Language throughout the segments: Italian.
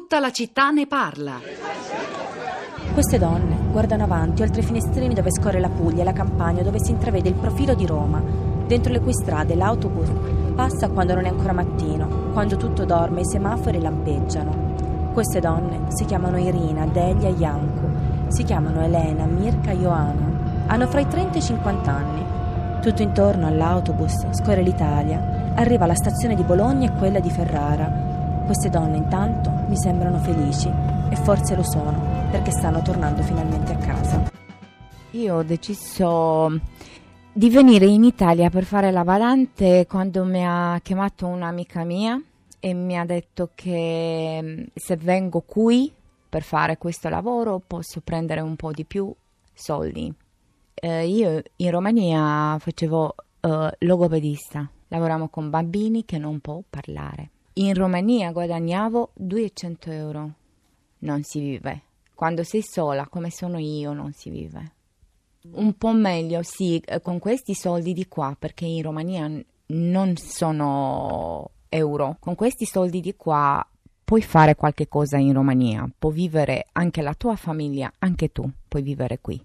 Tutta la città ne parla. Queste donne guardano avanti oltre i finestrini dove scorre la Puglia e la campagna, dove si intravede il profilo di Roma, dentro le cui strade l'autobus passa quando non è ancora mattino, quando tutto dorme e i semafori lampeggiano. Queste donne si chiamano Irina, Delia e Janku, si chiamano Elena, Mirka e Ioana. Hanno fra i 30 e i 50 anni. Tutto intorno all'autobus scorre l'Italia, arriva la stazione di Bologna e quella di Ferrara. Queste donne intanto mi sembrano felici e forse lo sono, perché stanno tornando finalmente a casa. Io ho deciso di venire in Italia per fare la badante quando mi ha chiamato un'amica mia e mi ha detto che se vengo qui per fare questo lavoro posso prendere un po' di più soldi. Io in Romania facevo logopedista, lavoravo con bambini che non può parlare. In Romania guadagnavo 200 euro, non si vive. Quando sei sola, come sono io, non si vive. Un po' meglio, sì, con questi soldi di qua, perché in Romania non sono euro. Con questi soldi di qua puoi fare qualche cosa in Romania, può vivere anche la tua famiglia, anche tu puoi vivere qui.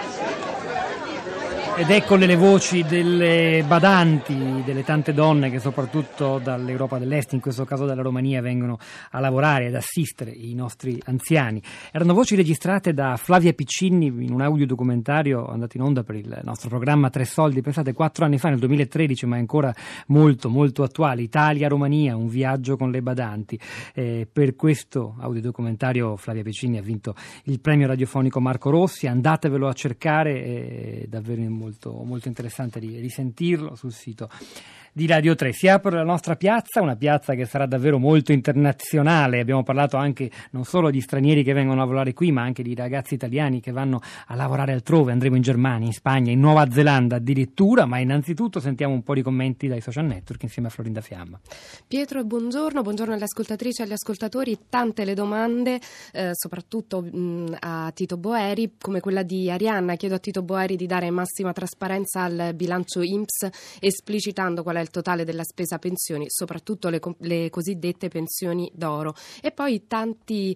Ed eccole le voci delle badanti, delle tante donne che soprattutto dall'Europa dell'Est, in questo caso dalla Romania, vengono a lavorare ed assistere i nostri anziani. Erano voci registrate da Flavia Piccini in un audiodocumentario andato in onda per il nostro programma Tre Soldi, pensate 4 anni fa, nel 2013, ma è ancora molto molto attuale. Italia-Romania, un viaggio con le badanti. Per questo audiodocumentario Flavia Piccini ha vinto il premio radiofonico Marco Rossi, andatevelo a cercare, è davvero molto interessante risentirlo sul sito di Radio 3. Si apre la nostra piazza, una piazza che sarà davvero molto internazionale. Abbiamo parlato anche non solo di stranieri che vengono a lavorare qui, ma anche di ragazzi italiani che vanno a lavorare altrove. Andremo in Germania, in Spagna, in Nuova Zelanda addirittura, ma innanzitutto sentiamo un po' di commenti dai social network insieme a Florinda Fiamma. Pietro, buongiorno alle ascoltatrici e agli ascoltatori. Tante le domande, soprattutto a Tito Boeri, come quella di Arianna. Chiedo a Tito Boeri di dare massima trasparenza al bilancio INPS, esplicitando qual è il totale della spesa pensioni, soprattutto le cosiddette pensioni d'oro. E poi tanti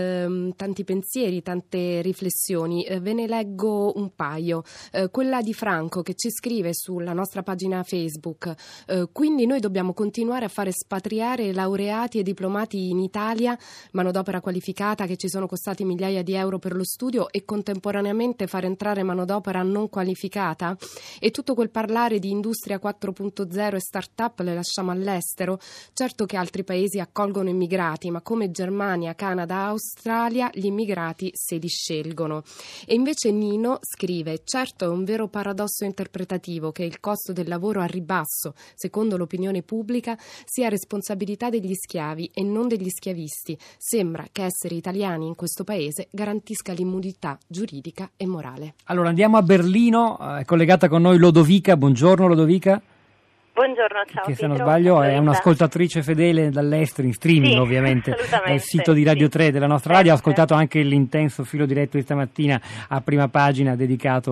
pensieri, tante riflessioni. Ve ne leggo un paio. Quella di Franco che ci scrive sulla nostra pagina Facebook: quindi noi dobbiamo continuare a fare spatriare laureati e diplomati in Italia, manodopera qualificata che ci sono costati migliaia di euro per lo studio, e contemporaneamente far entrare manodopera non qualificata? E tutto quel parlare di industria 4.0 e start-up le lasciamo all'estero? Certo che altri paesi accolgono immigrati, ma come Germania, Canada, Australia, gli immigrati se li scelgono. E invece Nino scrive: certo è un vero paradosso interpretativo che il costo del lavoro a ribasso, secondo l'opinione pubblica, sia responsabilità degli schiavi e non degli schiavisti. Sembra che essere italiani in questo paese garantisca l'immunità giuridica e morale. Allora andiamo a Berlino, è collegata con noi Lodovica. Buongiorno Lodovica. Buongiorno, ciao. Che se non sbaglio è un'ascoltatrice fedele dall'estero, in streaming, sì, ovviamente, nel sito di Radio 3 della nostra radio. Ha ascoltato anche l'intenso filo diretto di stamattina a prima pagina dedicato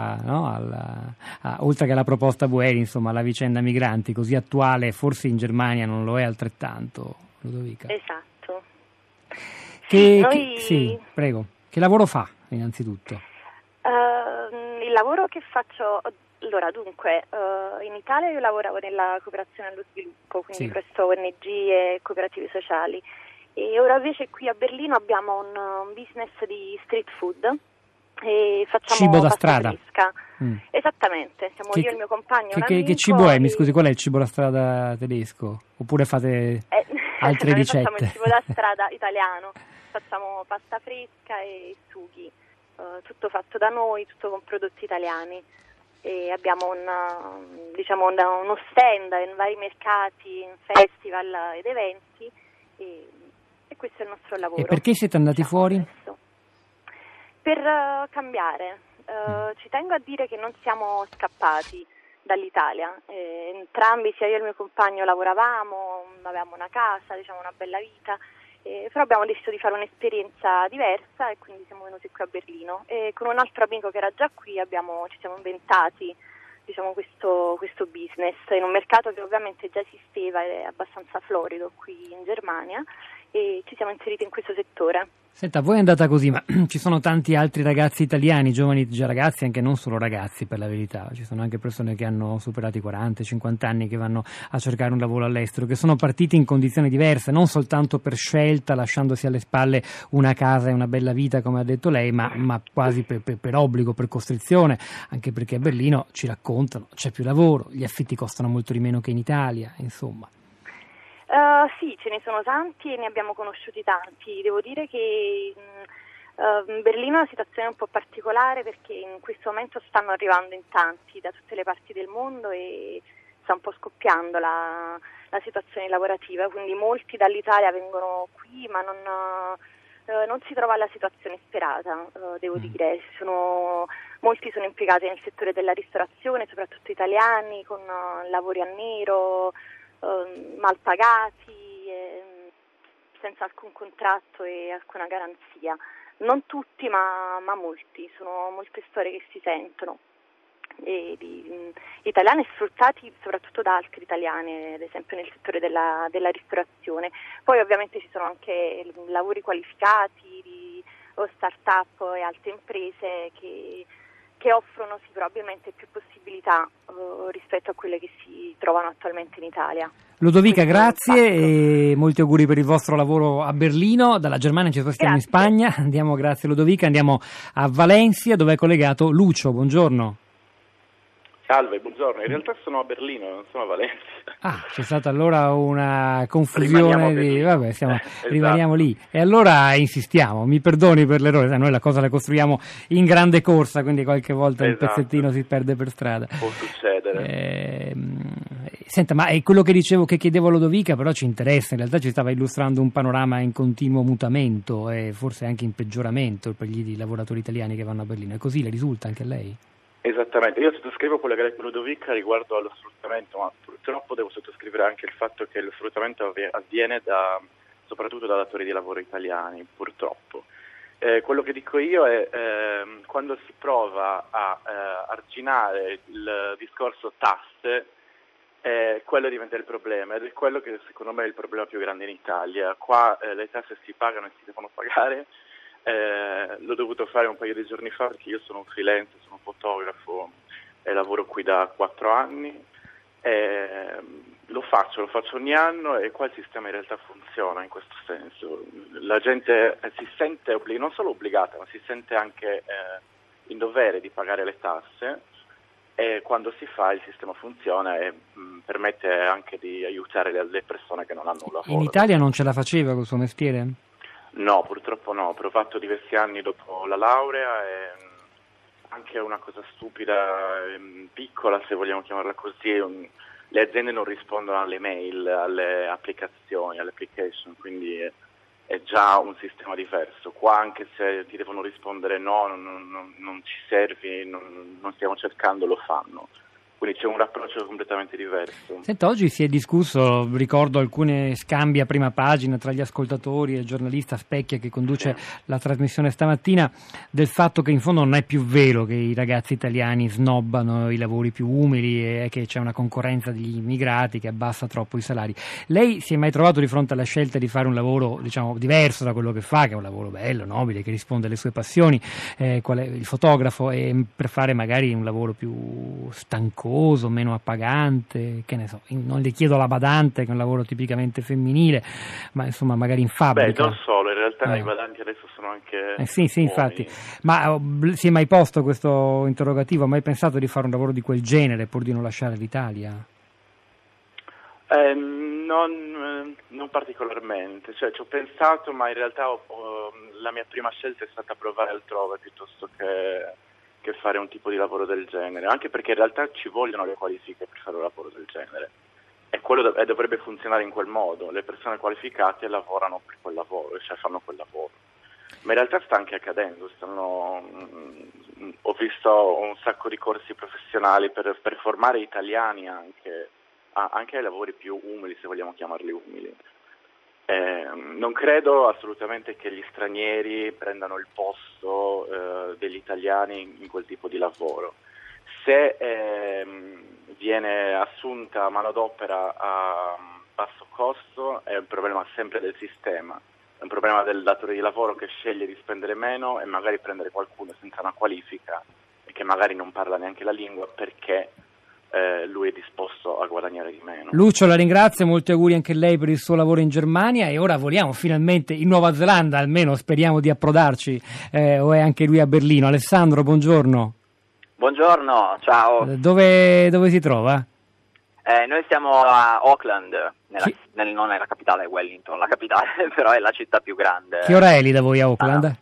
oltre che alla proposta Boeri, insomma, alla vicenda migranti, così attuale, forse in Germania non lo è altrettanto, Lodovica. Esatto. Sì, prego. Che lavoro fa, innanzitutto? Il lavoro che faccio... Allora, dunque, in Italia io lavoravo nella cooperazione allo sviluppo, quindi sì, presso ONG e cooperative sociali, e ora invece qui a Berlino abbiamo un business di street food e facciamo cibo da pasta strada. fresca. Esattamente, siamo io e il mio compagno. Che cibo è? Mi scusi, qual è il cibo da strada tedesco? Oppure fate altre ricette? Facciamo il cibo da strada italiano, facciamo pasta fresca e sughi, tutto fatto da noi, tutto con prodotti italiani. E abbiamo uno stand in vari mercati, in festival ed eventi, e questo è il nostro lavoro. E perché siete andati fuori? Adesso. Per cambiare. Ci tengo a dire che non siamo scappati dall'Italia. Entrambi, sia io e il mio compagno, lavoravamo, avevamo una casa, una bella vita. Però abbiamo deciso di fare un'esperienza diversa e quindi siamo venuti qui a Berlino, e con un altro amico che era già qui ci siamo inventati questo business in un mercato che ovviamente già esisteva ed è abbastanza florido qui in Germania, e ci siamo inseriti in questo settore. Senta, voi è andata così, ma ci sono tanti altri ragazzi italiani, giovani già ragazzi, anche non solo ragazzi per la verità, ci sono anche persone che hanno superato i 40-50 anni che vanno a cercare un lavoro all'estero, che sono partiti in condizioni diverse, non soltanto per scelta, lasciandosi alle spalle una casa e una bella vita, come ha detto lei, ma quasi per obbligo, per costrizione, anche perché a Berlino, ci raccontano, c'è più lavoro, gli affitti costano molto di meno che in Italia, insomma. Sì, ce ne sono tanti e ne abbiamo conosciuti tanti. Devo dire che Berlino è una situazione un po' particolare perché in questo momento stanno arrivando in tanti da tutte le parti del mondo e sta un po' scoppiando la situazione lavorativa, quindi molti dall'Italia vengono qui ma non si trova la situazione sperata, devo dire. Molti sono impiegati nel settore della ristorazione, soprattutto italiani, con lavori a nero, mal pagati, senza alcun contratto e alcuna garanzia. Non tutti, ma molti, sono molte storie che si sentono. Italiani sfruttati soprattutto da altri italiani, ad esempio nel settore della ristorazione. Poi ovviamente ci sono anche lavori qualificati o start-up e altre imprese che offrono probabilmente più possibilità rispetto a quelle che si trovano attualmente in Italia. Ludovica, grazie e molti auguri per il vostro lavoro a Berlino. Dalla Germania ci spostiamo in Spagna. Grazie Ludovica, andiamo a Valencia dove è collegato Lucio, buongiorno. Salve, buongiorno. In realtà sono a Berlino, non sono a Valencia. C'è stata allora una confusione esatto. Rimaniamo lì. E allora insistiamo, mi perdoni per l'errore, noi la cosa la costruiamo in grande corsa, quindi qualche volta il pezzettino si perde per strada. Può succedere. Senta, ma è quello che dicevo, che chiedevo a Ludovica, però ci interessa, in realtà ci stava illustrando un panorama in continuo mutamento e forse anche in peggioramento per gli lavoratori italiani che vanno a Berlino. È così, le risulta anche a lei? Esattamente, io sottoscrivo quello che ha detto Ludovica riguardo allo sfruttamento, ma purtroppo devo sottoscrivere anche il fatto che lo sfruttamento avviene soprattutto da datori di lavoro italiani, purtroppo. Quello che dico io è quando si prova a arginare il discorso tasse, quello diventa il problema ed è quello che secondo me è il problema più grande in Italia. Qua le tasse si pagano e si devono pagare. L'ho dovuto fare un paio di giorni fa perché io sono un freelance, sono un fotografo e lavoro qui da 4 anni. Lo faccio ogni anno e qua il sistema in realtà funziona in questo senso. La gente si sente non solo obbligata, ma si sente anche in dovere di pagare le tasse e quando si fa il sistema funziona e permette anche di aiutare le persone che non hanno un lavoro. In Italia non ce la faceva col suo mestiere? No, purtroppo no, ho provato diversi anni dopo la laurea e anche una cosa stupida, piccola se vogliamo chiamarla così, le aziende non rispondono alle mail, alle application, quindi è già un sistema diverso. Qua anche se ti devono rispondere no, non ci servi, non stiamo cercando, lo fanno. Quindi c'è un approccio completamente diverso. Senta, oggi si è discusso, ricordo alcune scambi a prima pagina tra gli ascoltatori e il giornalista Specchia che conduce la trasmissione stamattina, del fatto che in fondo non è più vero che i ragazzi italiani snobbano i lavori più umili e che c'è una concorrenza degli immigrati che abbassa troppo i salari. Lei si è mai trovato di fronte alla scelta di fare un lavoro, diciamo, diverso da quello che fa, che è un lavoro bello, nobile, che risponde alle sue passioni, qual è il fotografo, e per fare magari un lavoro più stancoso, meno appagante, che ne so, non le chiedo la badante che è un lavoro tipicamente femminile, ma insomma magari in fabbrica. Non solo, in realtà i badanti adesso sono anche sì, infatti, ma si è mai posto questo interrogativo? Ha mai pensato di fare un lavoro di quel genere pur di non lasciare l'Italia? Non particolarmente, cioè ci ho pensato, ma in realtà la mia prima scelta è stata provare altrove piuttosto che fare un tipo di lavoro del genere, anche perché in realtà ci vogliono le qualifiche per fare un lavoro del genere e quello dovrebbe funzionare in quel modo. Le persone qualificate lavorano per quel lavoro, cioè fanno quel lavoro, ma in realtà sta anche accadendo. Ho visto un sacco di corsi professionali per formare italiani anche ai lavori più umili, se vogliamo chiamarli umili. Non credo assolutamente che gli stranieri prendano il posto degli italiani in quel tipo di lavoro. Se viene assunta manodopera a basso costo è un problema sempre del sistema, è un problema del datore di lavoro che sceglie di spendere meno e magari prendere qualcuno senza una qualifica e che magari non parla neanche la lingua perché lui è disposto a guadagnare di meno. Lucio, la ringrazio, molti auguri anche a lei per il suo lavoro in Germania, e ora voliamo finalmente in Nuova Zelanda, almeno speriamo di approdarci, o è anche lui a Berlino. Alessandro, buongiorno. Buongiorno, ciao. Dove si trova? Noi siamo a Auckland, non è la capitale, è Wellington, la capitale, però è la città più grande. Che ora è lì da voi a Auckland?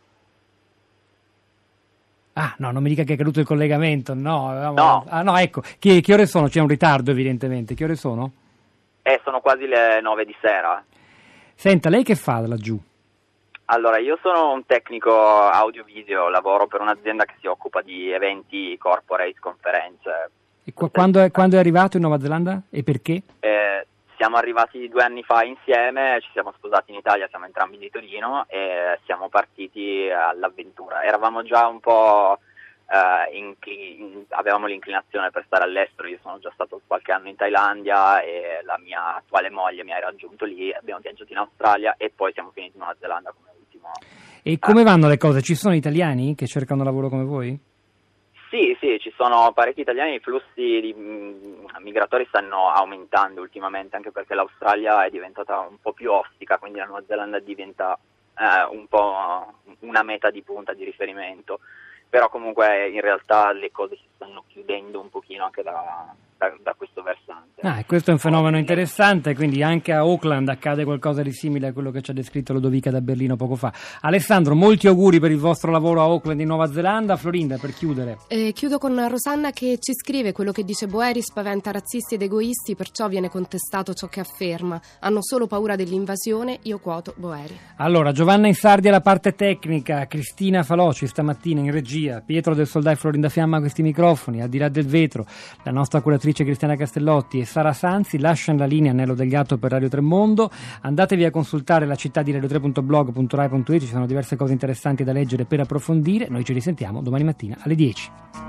Ah, no, non mi dica che è caduto il collegamento, no. No. Ah, no, ecco, che ore sono? C'è un ritardo evidentemente, che ore sono? Sono quasi le 9 di sera. Senta, lei che fa laggiù? Allora, io sono un tecnico audio-video, lavoro per un'azienda che si occupa di eventi, corporate, conferenze. E quando è arrivato in Nuova Zelanda e perché? Siamo arrivati 2 anni fa insieme, ci siamo sposati in Italia, siamo entrambi di Torino e siamo partiti all'avventura. Eravamo già un po', avevamo l'inclinazione per stare all'estero, io sono già stato qualche anno in Thailandia e la mia attuale moglie mi ha raggiunto lì, abbiamo viaggiato in Australia e poi siamo finiti in Nuova Zelanda come ultimo. E come vanno le cose? Ci sono italiani che cercano lavoro come voi? Sì, ci sono parecchi italiani, i flussi migratori stanno aumentando ultimamente, anche perché l'Australia è diventata un po' più ostica, quindi la Nuova Zelanda diventa un po' una meta di punta di riferimento, però comunque in realtà le cose si stanno chiudendo un pochino anche da questo versante. E questo è un fenomeno interessante, quindi anche a Auckland accade qualcosa di simile a quello che ci ha descritto Lodovica da Berlino poco fa. Alessandro, molti auguri per il vostro lavoro a Auckland in Nuova Zelanda. Florinda, per chiudere. Chiudo con Rosanna che ci scrive: quello che dice Boeri spaventa razzisti ed egoisti, perciò viene contestato ciò che afferma. Hanno solo paura dell'invasione, io quoto Boeri. Allora, Giovanna Insardi alla parte tecnica, Cristina Faloci stamattina in regia, Pietro del Soldà e Florinda Fiamma a questi microfoni, al di là del vetro, la nostra curatrice Cristiana Castellotti e Sara Sanzi lasciano la linea Nello Del Gatto per Radio Tremondo. Andatevi a consultare la città di radio3.blog.rai.it, ci sono diverse cose interessanti da leggere per approfondire. Noi ci risentiamo domani mattina alle 10.